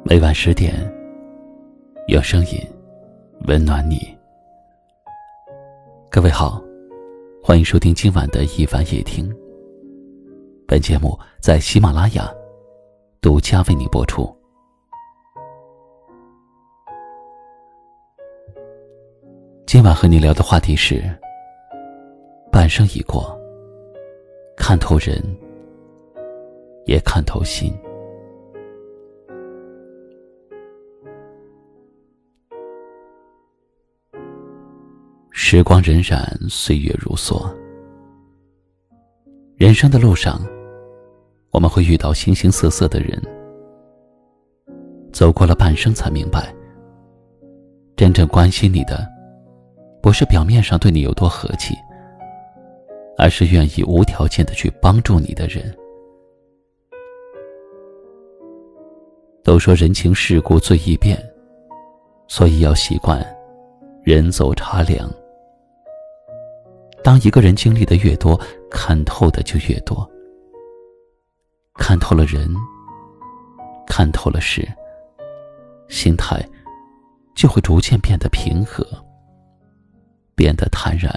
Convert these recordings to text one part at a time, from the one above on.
每晚10点，用声音温暖你。各位好，欢迎收听今晚的一晚夜听。本节目在喜马拉雅独家为你播出。今晚和你聊的话题是：半生已过，看透人，也看透心。时光荏苒，岁月如梭。人生的路上，我们会遇到形形色色的人，走过了半生才明白，真正关心你的不是表面上对你有多和气，而是愿意无条件的去帮助你的人。都说人情世故最易变，所以要习惯人走茶凉。当一个人经历的越多，看透的就越多。看透了人，看透了事，心态就会逐渐变得平和，变得坦然。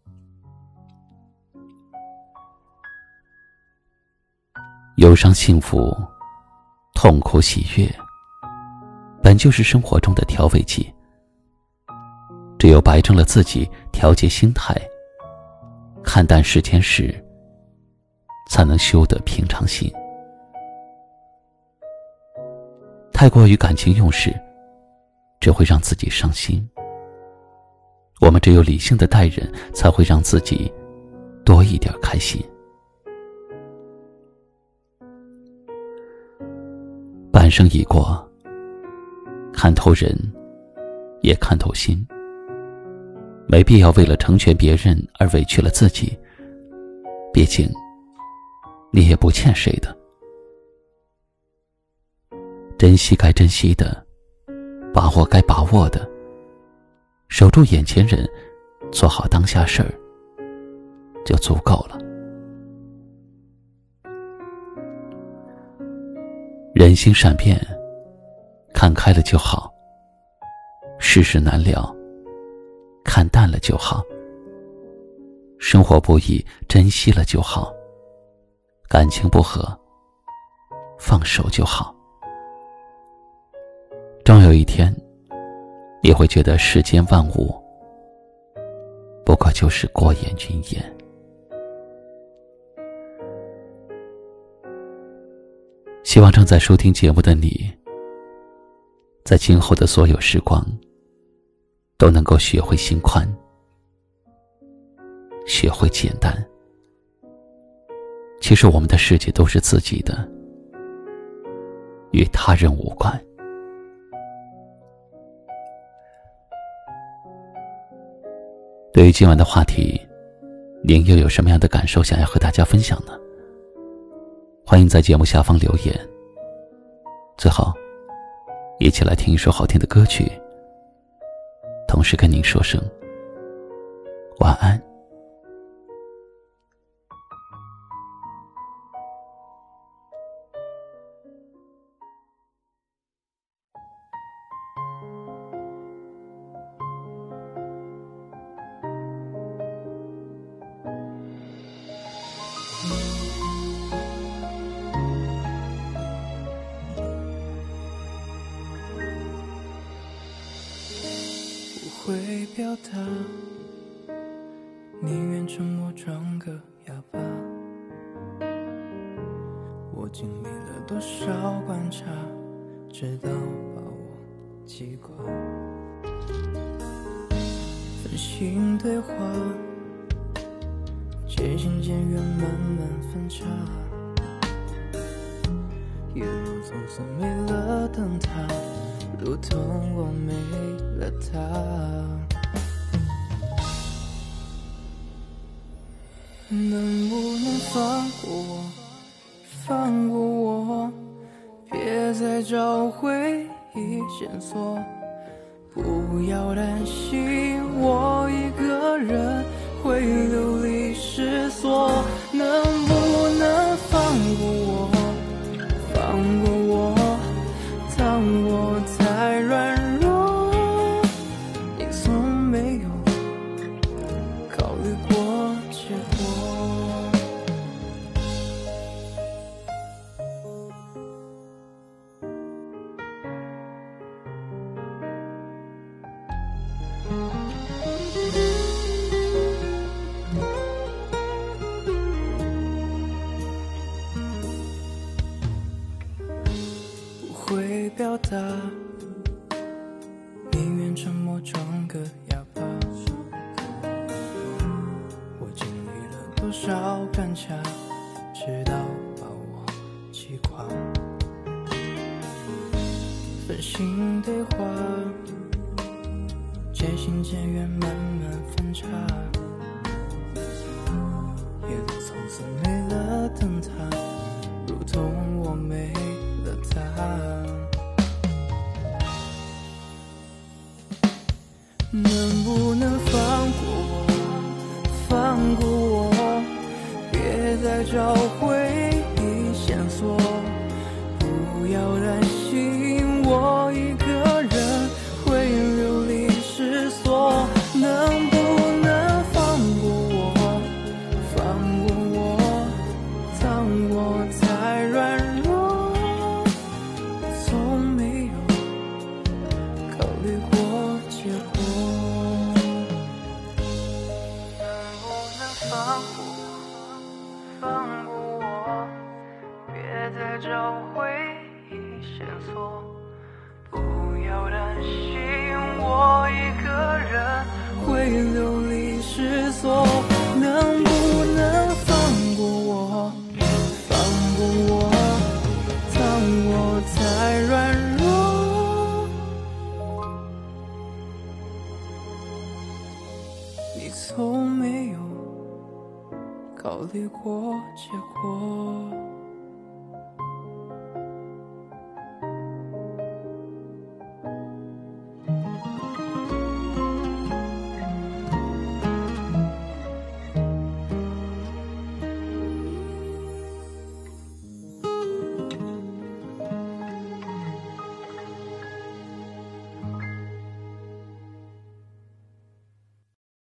忧伤幸福，痛苦喜悦，本就是生活中的调味剂。只有摆正了自己，调节心态，看淡世间事，才能修得平常心。太过于感情用事，只会让自己伤心。我们只有理性的待人，才会让自己多一点开心。半生已过，看透人，也看透心。没必要为了成全别人而委屈了自己，毕竟你也不欠谁的。珍惜该珍惜的，把握该把握的，守住眼前人，做好当下事儿，就足够了。人心善变，看开了就好。世事难料，看淡了就好。生活不易，珍惜了就好。感情不和，放手就好。终有一天，你会觉得世间万物不过就是过眼云烟。希望正在收听节目的你，在今后的所有时光都能够学会心宽，学会简单。其实我们的世界都是自己的，与他人无关。对于今晚的话题，您又有什么样的感受想要和大家分享呢？欢迎在节目下方留言。最后，一起来听一首好听的歌曲，同时跟您说声晚安。 不会表达，宁愿沉默装个哑巴。我经历了多少观察，直到把我击垮。分心对话，渐行渐远，慢慢分岔。一路从此没了灯塔，如同我没了他。能不能放过我，放过我，别再找回忆线索，不要担心我一个人会流离失所。能不能放过我，放过我，放过宁愿沉默装个哑巴。我经历了多少干架，直到把我击垮。分心对话，渐行渐远，慢慢分岔。夜里从此没了灯塔，如同我没了他。能不能放过我，放过我，别再找回忆线索，不要担心我一个人会流离失所。能不能放过我，放过我，当我太软弱，从没有考虑过结果。放过我，放过我，别再找回忆线索，不要担心我一个人会流离失所。能不能放过我，放过我，当我太软弱，你从没有考虑过结果。